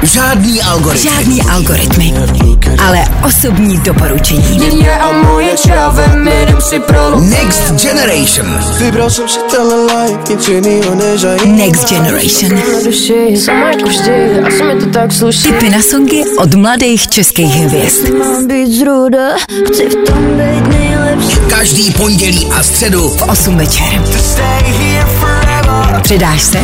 Žádný algoritmy. Ale osobní doporučení. Next Generation. Next Generation. Tipy na songy od mladých českých hvězd. Každý pondělí a středu v 8 večer. Přidáš se?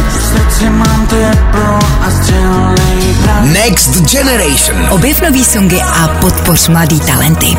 Next Generation. Objev nový songy a podpoř mladý talenty.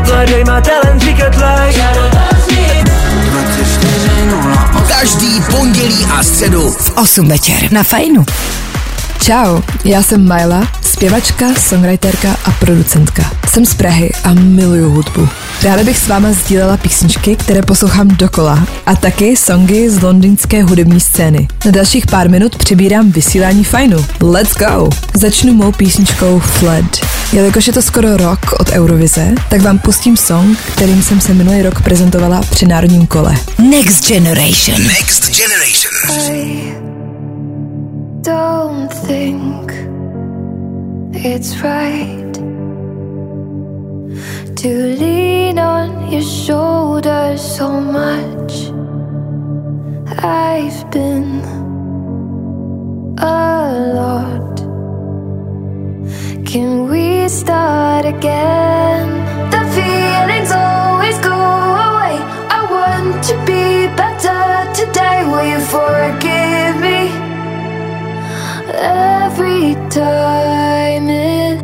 Každý pondělí a středu v 8 večer na Fajnu. Čau, já jsem Majla, zpěvačka, songwriterka a producentka. Jsem z Prahy a miluju hudbu. Ráda bych s váma sdílela písničky, které poslouchám dokola, a taky songy z londýnské hudební scény. Na dalších pár minut přibírám vysílání Fajnu. Let's go! Začnu mou písničkou Flood. Jelikož je to skoro rok od Eurovize, tak vám pustím song, kterým jsem se minulý rok prezentovala při národním kole. Next Generation. Next Generation. Don't think it's right to lean on your shoulders so much. I've been a lot. Can we start again? The feelings always go away. I want to be better today. Will you forgive me? Every time it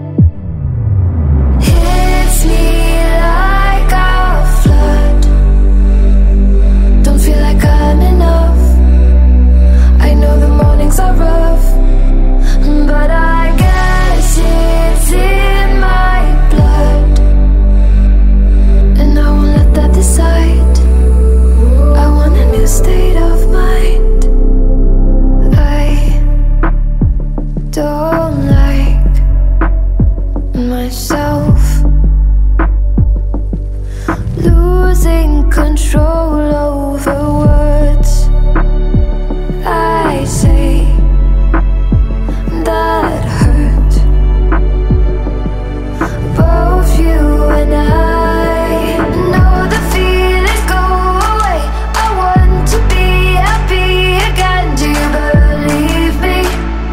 hits me like a flood. Don't feel like I'm enough. I know the mornings are rough, but I guess it's in my blood, and I won't let that decide. I want a new state of mind. Don't like myself losing control over words I say that hurt. Both you and I know the feelings go away. I want to be happy again. Do you believe me?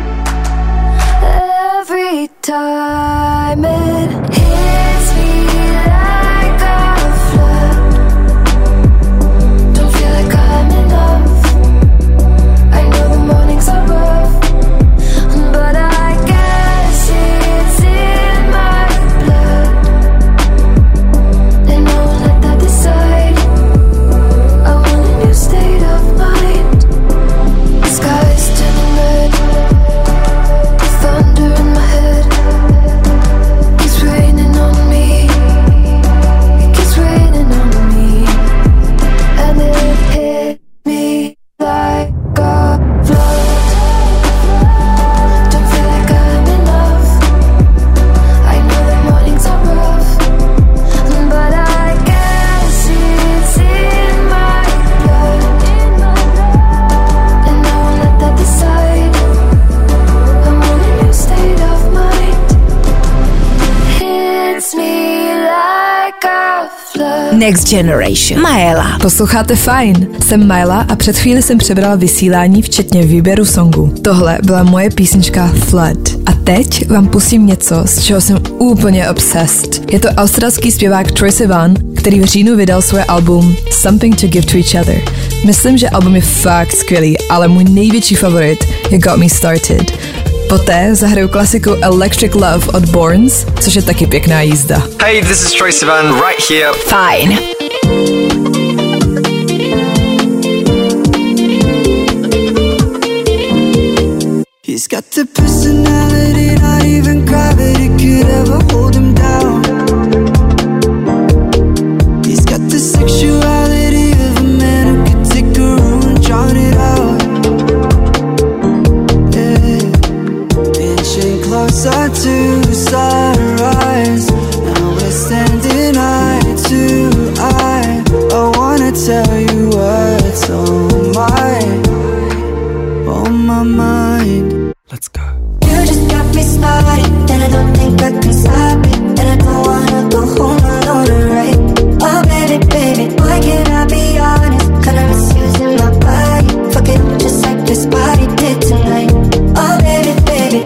Every time it hits me like a flood. Don't feel like I'm enough. I know the mornings are rough, but I guess it's in my blood, and I won't let that decide. I want a new state of mind. The sky's turning red. Thunder in my head. It's raining on me. It keeps raining on me. And it hit me like a flood. Don't feel like I'm enough. I know the mornings are rough, but I guess it's in my blood, and I won't let that decide. I'm on a new state of mind. Hits me like a flood. Next Generation. Majla. Posloucháte Fajn. Jsem Majla a před chvíli jsem přebrala vysílání včetně výběru songu. Tohle byla moje písnička Flood. A teď vám pustím něco, z čeho jsem úplně obsessed. Je to australský zpěvák Troye Sivan, který v říjnu vydal svoje album Something to Give to Each Other. Myslím, že album je fakt skvělý, ale můj největší favorit je Got Me Started. Poté zahraju klasiku Electric Love od Borns, což je taky pěkná jízda. Hey, this is Troye Sivan right here. Fajn. He's got the personality not even gravity could ever hold him down. He's got the sexuality of a man who could take a room and drown it out. Yeah. Inching closer to sunrise. Now we're standing eye to eye. I wanna tell you what's on my mind. Let's go. You just got me started, and I don't think I can stop it. And I don't wanna go home alone, right? Oh baby, baby, why can't I be honest? Kinda misusing my body. Fuck it, just like this body did tonight. Oh baby, baby.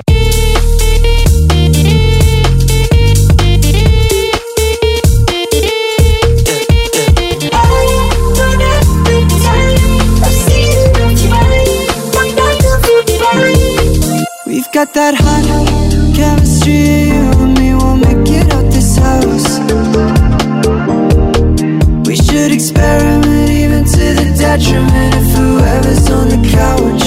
We've got that hot chemistry, you and me won't make it out this house. We should experiment even to the detriment of whoever's on the couch.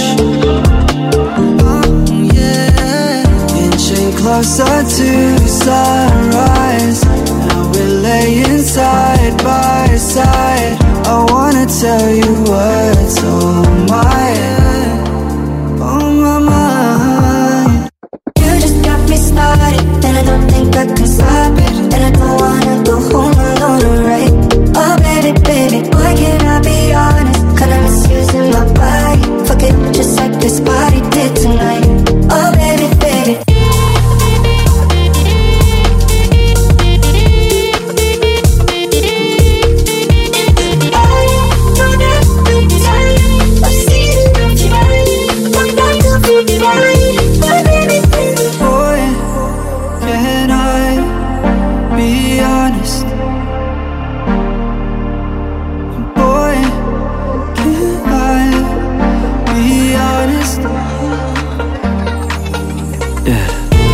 Oh yeah, inching closer to sunrise. Now we're laying side by side. I wanna tell you what's on my head, on my mind. You just got me started, and I don't think I can stop it. And I don't wanna go home alone, right? Oh baby, baby, why can't I be honest? Kinda misusing my body. Fuck it, just like this body did tonight. Oh baby, baby. Boy, can I be honest? Boy, can I be honest? Yeah.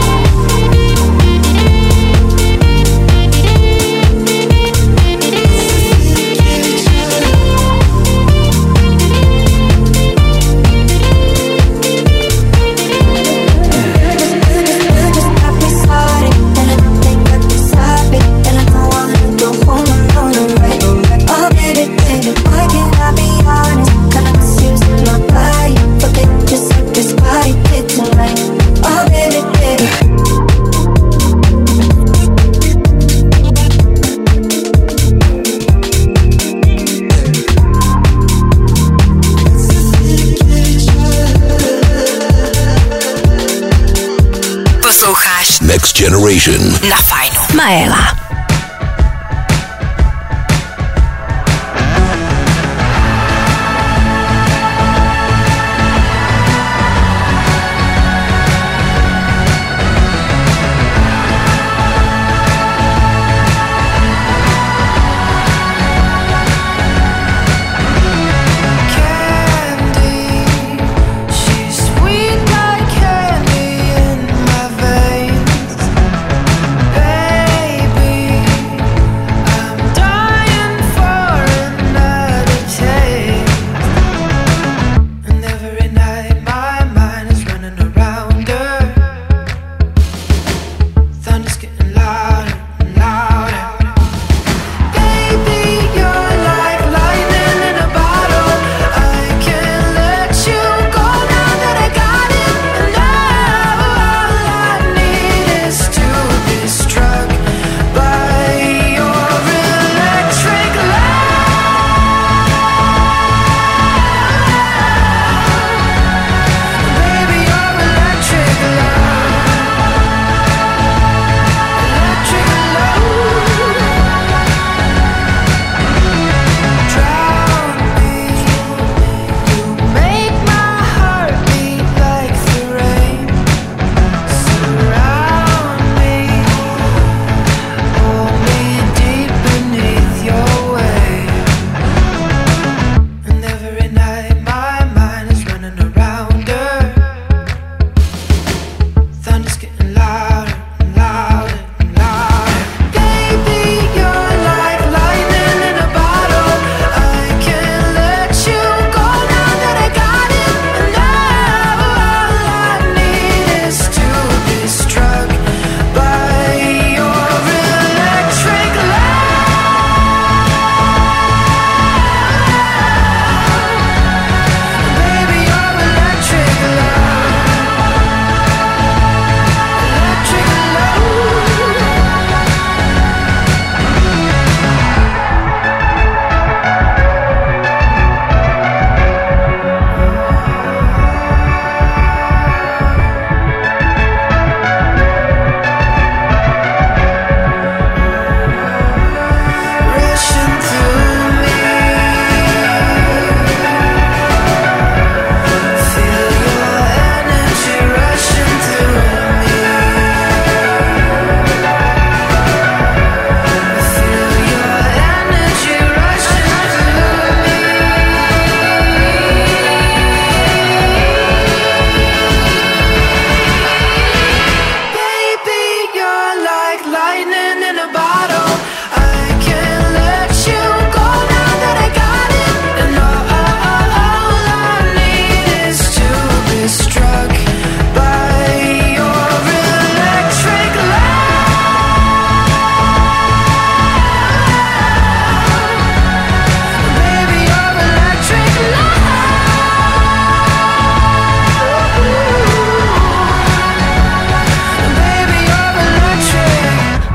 Next Generation na Fajnu. Maela. Baby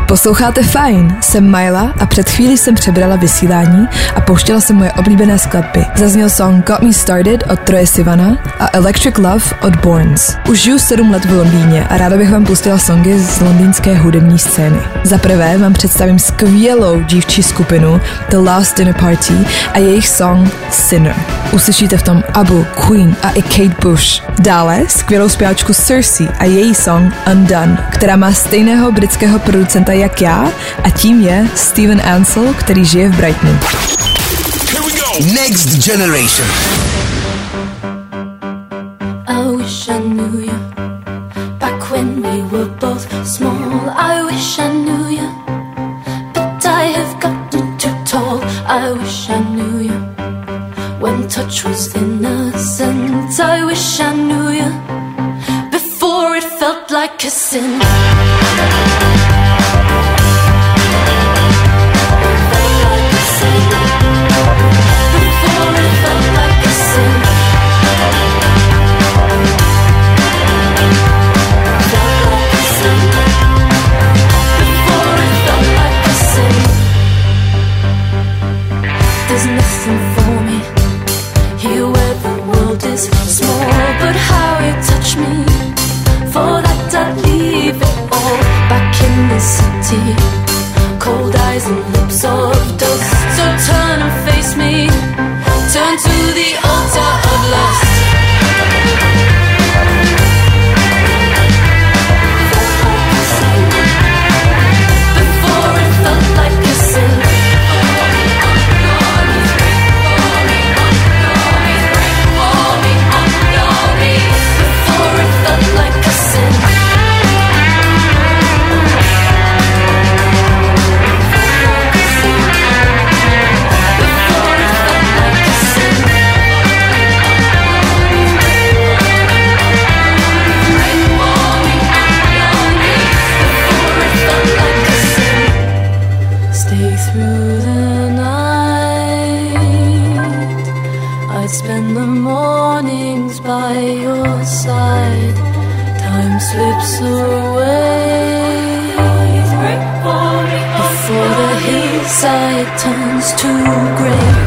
Posloucháte Fajn, jsem Myla a před chvílí jsem přebrala vysílání a pouštěla jsem moje oblíbené skladby. Zazněl song Got Me Started od Troye Sivana a Electric Love od Borns. Už žiju 7 let v Londýně a ráda bych vám pustila songy z londýnské hudební scény. Za prvé vám představím skvělou dívčí skupinu The Last Dinner Party a jejich song Sinner. Uslyšíte v tom Abu, Queen a i Kate Bush. Dále skvělou zpěvačku Cersei a její song Undone, která má stejného britského producenta jak já a tím je Steven Ansel, který žije v Brightonu. Next Generation. I wish I knew you back when we were both small. I wish I knew you, but I have gotten too tall. I wish I knew you when touch was innocent. I wish I knew you before it felt like a sin. Cold eyes and lips of dust. So turn and face me. Turn to the altar of lust. Before it felt like a sin. Before it felt like a sin. Spend the mornings by your side. Time slips away before the hillside turns to grey.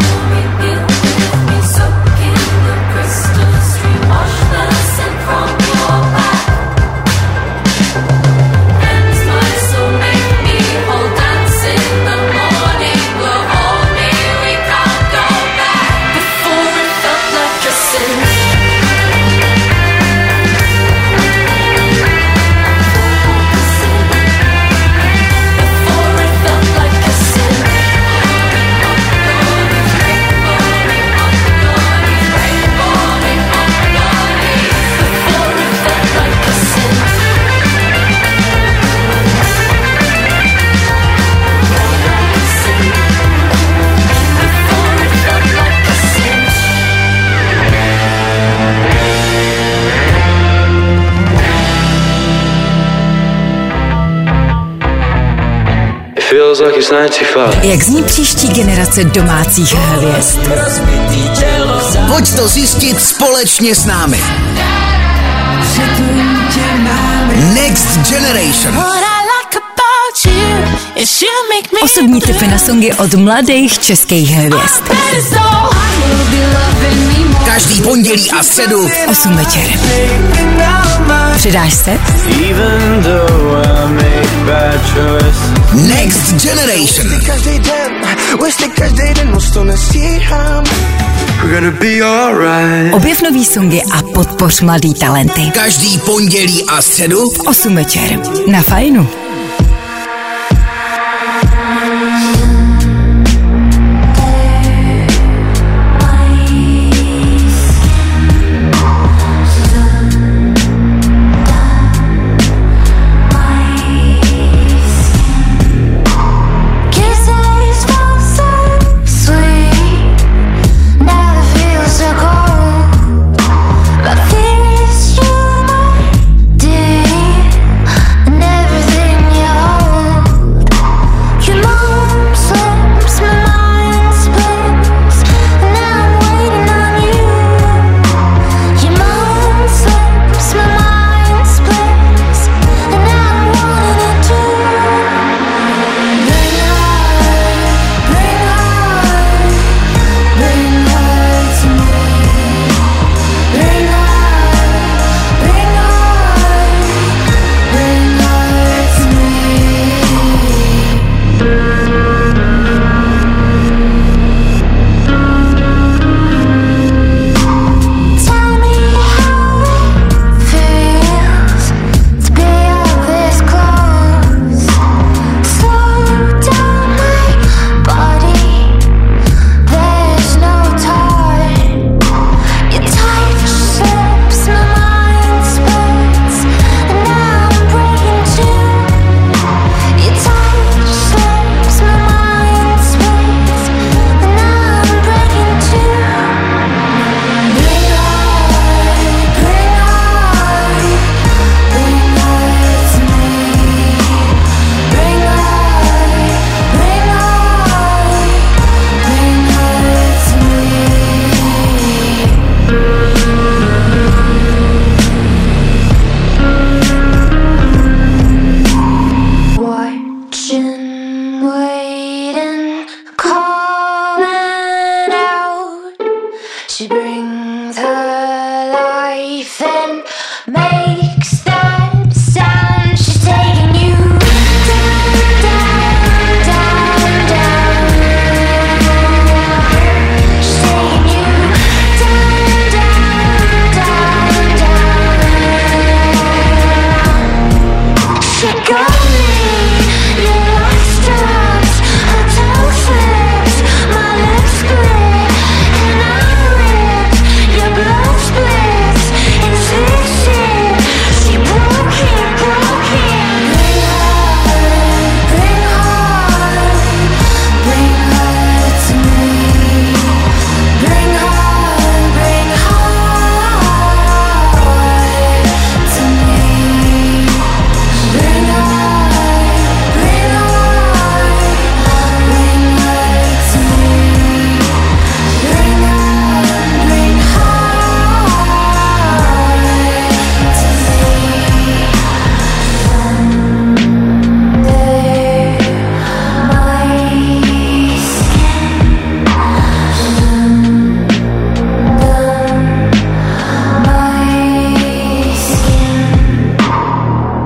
Jak zní příští generace domácích hvězd? Pojď to zjistit společně s námi. Next Generation. Osobní tipy na songy od mladých českých hvězd. Každý pondělí a středu 8 večer. Přidáš se? Next Generation. Objev nový songy a podpoř mladý talenty. Každý pondělí a středu 8 večer. Na Fajnu. Everything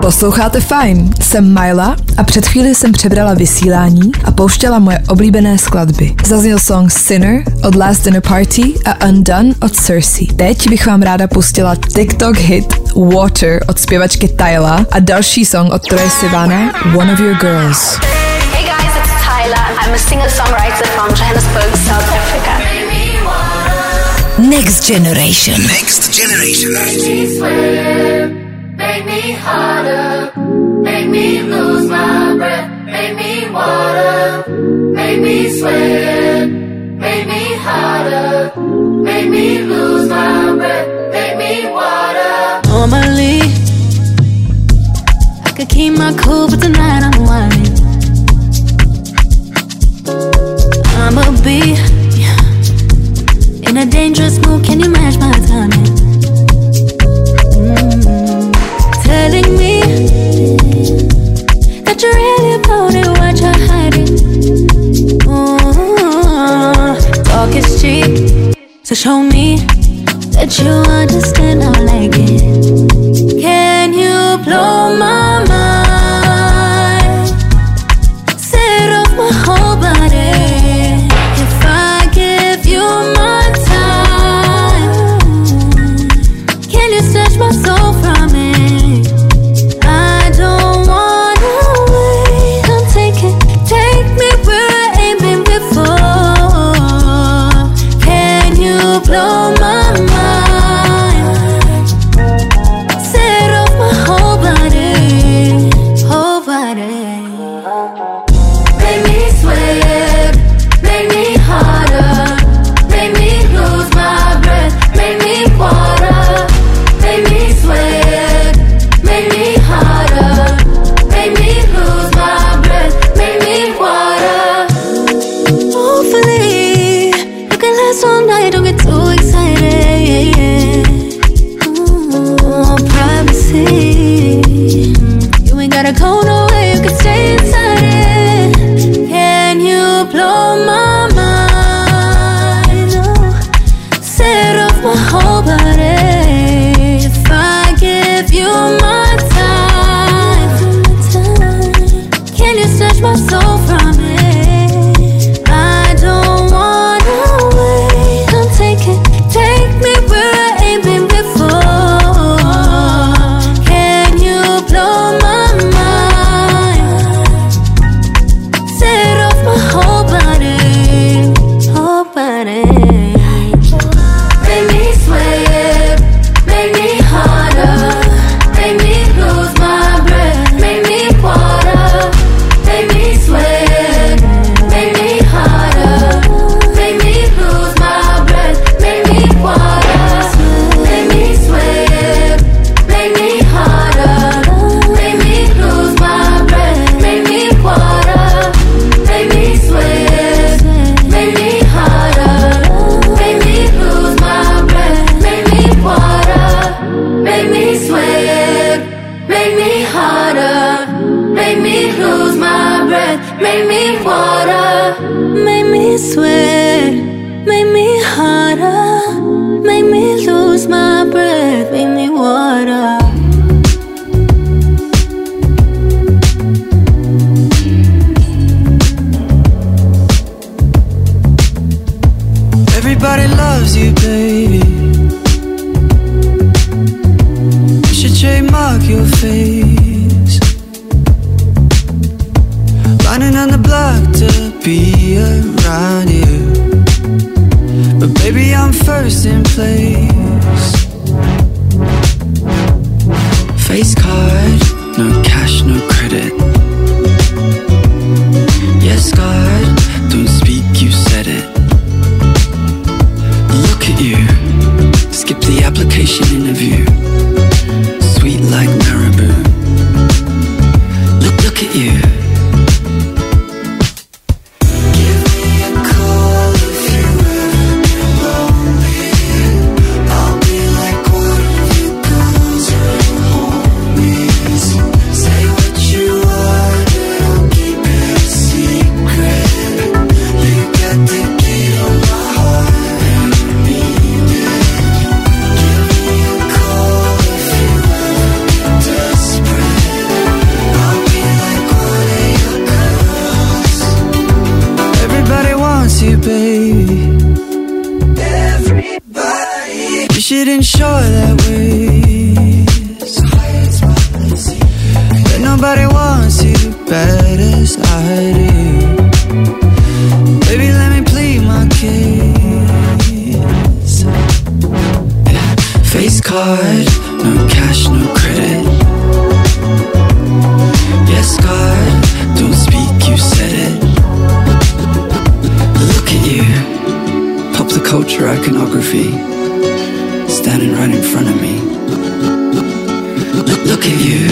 Posloucháte fajn, jsem Myla a před chvíli jsem přebrala vysílání a pouštěla moje oblíbené skladby. Zazněl song Sinner od Last Dinner Party a Undone od Cersei. Teď bych vám ráda pustila TikTok hit Water od zpěvačky Tyla a další song od Troye Sivana, One of Your Girls. Hey guys, it's Tyla. I'm a singer-songwriter from Johannesburg, South Africa. Next Generation. Next Generation. Make me harder, make me lose my breath, make me water, make me sweat, make me harder, make me lose my breath, make me water. Normally, I could keep my cool, but tonight I'm whining. I'ma be in a dangerous mood, can you match my timing? Telling me that you're really about it, what you're hiding. Talk is cheap, so show me that you understand how I like it. Can you blow my mind? Set off my whole body. If I give you my time, can you snatch my soul from me? Blow my mind, set off my whole body, whole body. Make me sweat, make me harder, make me lose my breath, make me water, make me sweat, make me harder, make me lose my breath, make me water. Hopefully, you can last all night, don't get too excited. Privacy, you ain't gotta go nowhere, you can stay inside it. Can you blow my mind? Set off my whole body. If I give you my time, can you snatch my soul from me? I don't wanna wait. Come take it, take me where I ain't been before. Can you blow my mind? Set off my whole body, whole body. Make me sweat, make me harder, make me lose my breath, make me water, make me sweat, make me harder, make me lose my breath, make me water, make me sweat, make me harder, make me lose my breath, make me water, make me sweat, make me harder, make me lose my breath, make me water, make me sweat, make me harder, make me lose my breath, make me water. Make me sweat, make me harder, make me lose my breath, make me water. Everybody loves you, baby. You should trademark your face. Lining on the block to be around you. But baby, I'm first in place. Face card, no cash, no credit. Yes, God, don't speak, you said it. Look at you, skip the application interview. Sweet like Marabou. Look at you. Give me a call if you ever get lonely. I'll be like one of your girls or your homies. Say what you want, but I'll keep it a secret. You got the key to my heart and I need it. Give me a call if you ever get desperate. you, baby. Everybody, you should ensure that ways that nobody wants you better as I do. Baby, let me plead my case. Face card, no cash, no credit. Yes, God, don't speak, you said it. Look at you, pop the culture iconography, standing right in front of me. Look at you.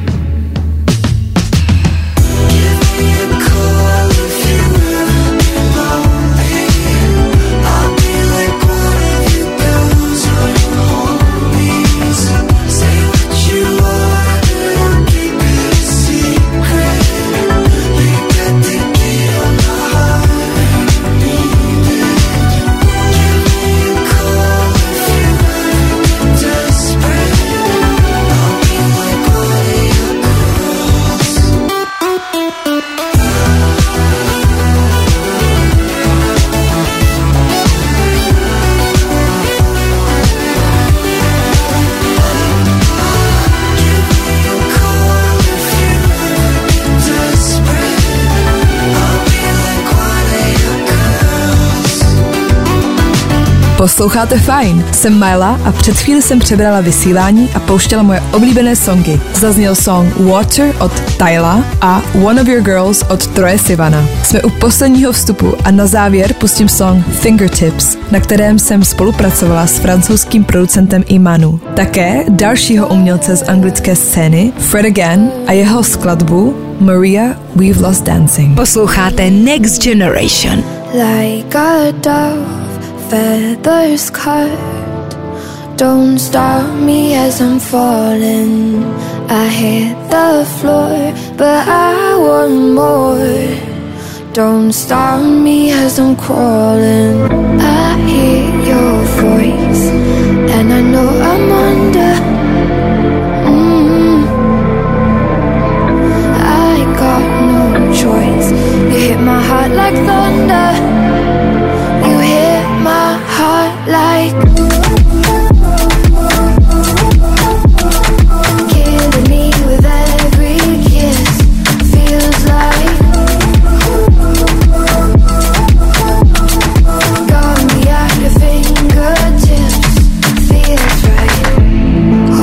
Posloucháte Fajn, jsem Myla a před chvíli jsem přebrala vysílání a pouštěla moje oblíbené songy. Zazněl song Water od Tyla a One of Your Girls od Troye Sivana. Jsme u posledního vstupu a na závěr pustím song Fingertips, na kterém jsem spolupracovala s francouzským producentem Imanu. Také dalšího umělce z anglické scény, Fred Again, a jeho skladbu Maria We've Lost Dancing. Posloucháte Next Generation. Like a dove, feathers cut. Don't stop me as I'm falling. I hit the floor, but I want more. Don't stop me as I'm crawling. I hear your voice, and I know I'm under. I got no choice. You hit my heart like thunder. You hit my heart like killing me with every kiss. Feels like got me at your fingertips. Feels right.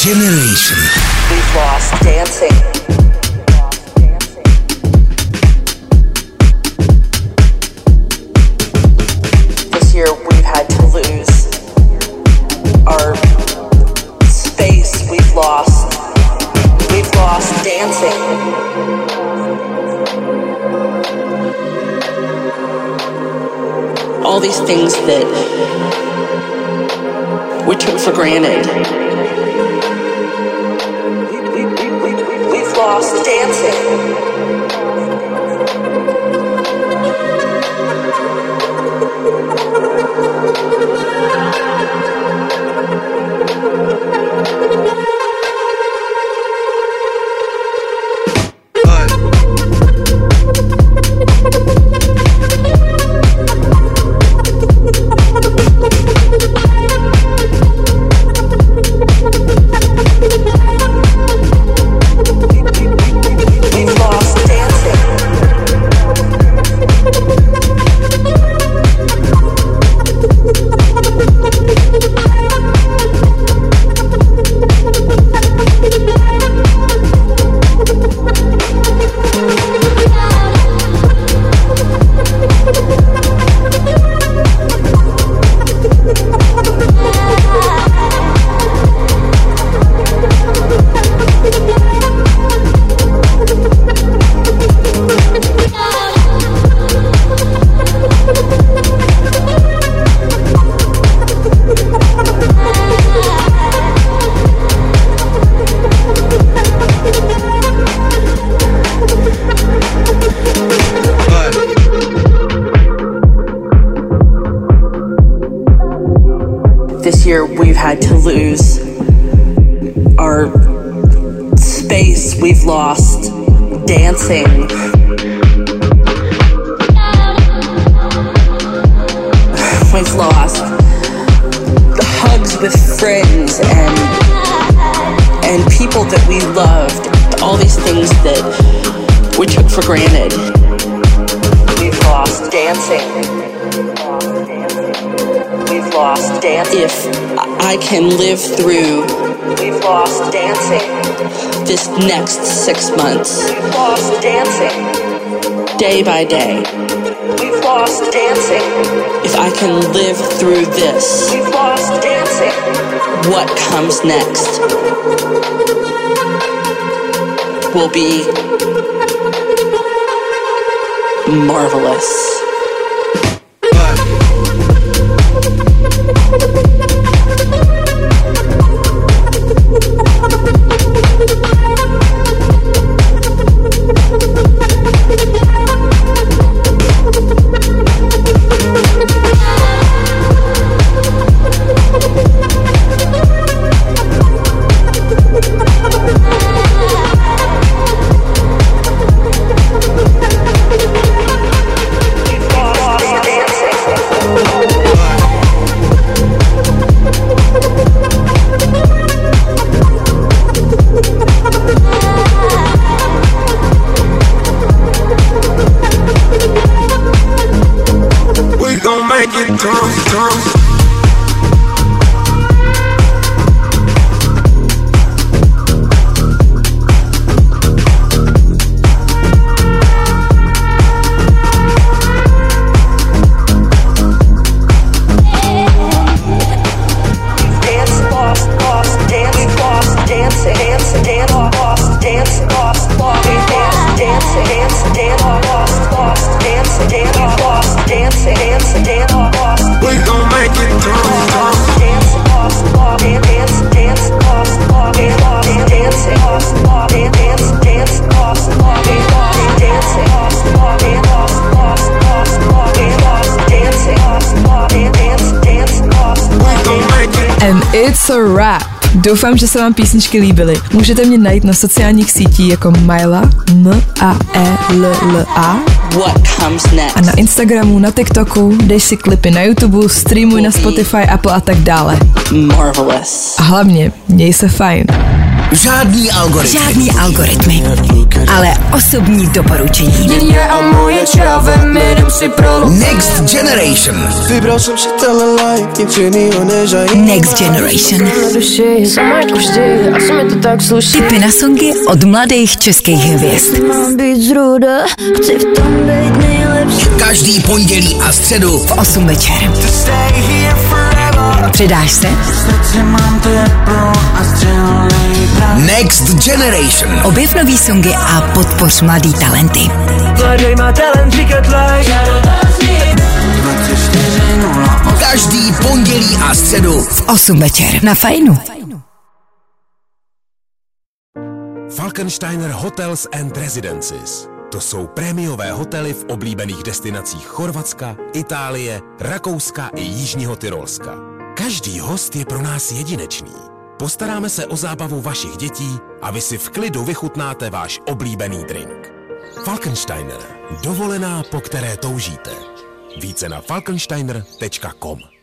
Generation. We've lost dancing. This year we've had to lose our space. We've lost dancing. All these things that we took for granted. We've lost dancing. This year we've had to lose our space. We've lost dancing. We've lost the hugs with friends and people that we loved. All these things that we took for granted. We've lost dancing. We've lost dancing. If I can live through, we've lost dancing. This next 6 months, we've lost dancing. Day by day, we've lost dancing. If I can live through this, we've lost dancing. What comes next will be marvelous. It's a wrap. Doufám, že se vám písničky líbily. Můžete mě najít na sociálních sítích jako Maela, M-A-E-L-L-A. A na Instagramu, na TikToku, dej si klipy na YouTube, streamuj na Spotify, Apple a tak dále. Marvelous. A hlavně, měj se fajn. Žádný algoritmy. Ale osobní doporučení. Next Generation. Next Generation. Tipy na songy od mladých českých hvězd. Každý pondělí a středu v 8 večer. Přidáš se? Next Generation. Objev nový songy a podpoř mladý talenty. Každý pondělí a středu v 8 večer na Fajnu. Falkensteiner Hotels and Residences. To jsou prémiové hotely v oblíbených destinacích Chorvatska, Itálie, Rakouska i Jižního Tyrolska. Každý host je pro nás jedinečný. Postaráme se o zábavu vašich dětí a vy si v klidu vychutnáte váš oblíbený drink. Falkensteiner. Dovolená, po které toužíte. Více na falkensteiner.com.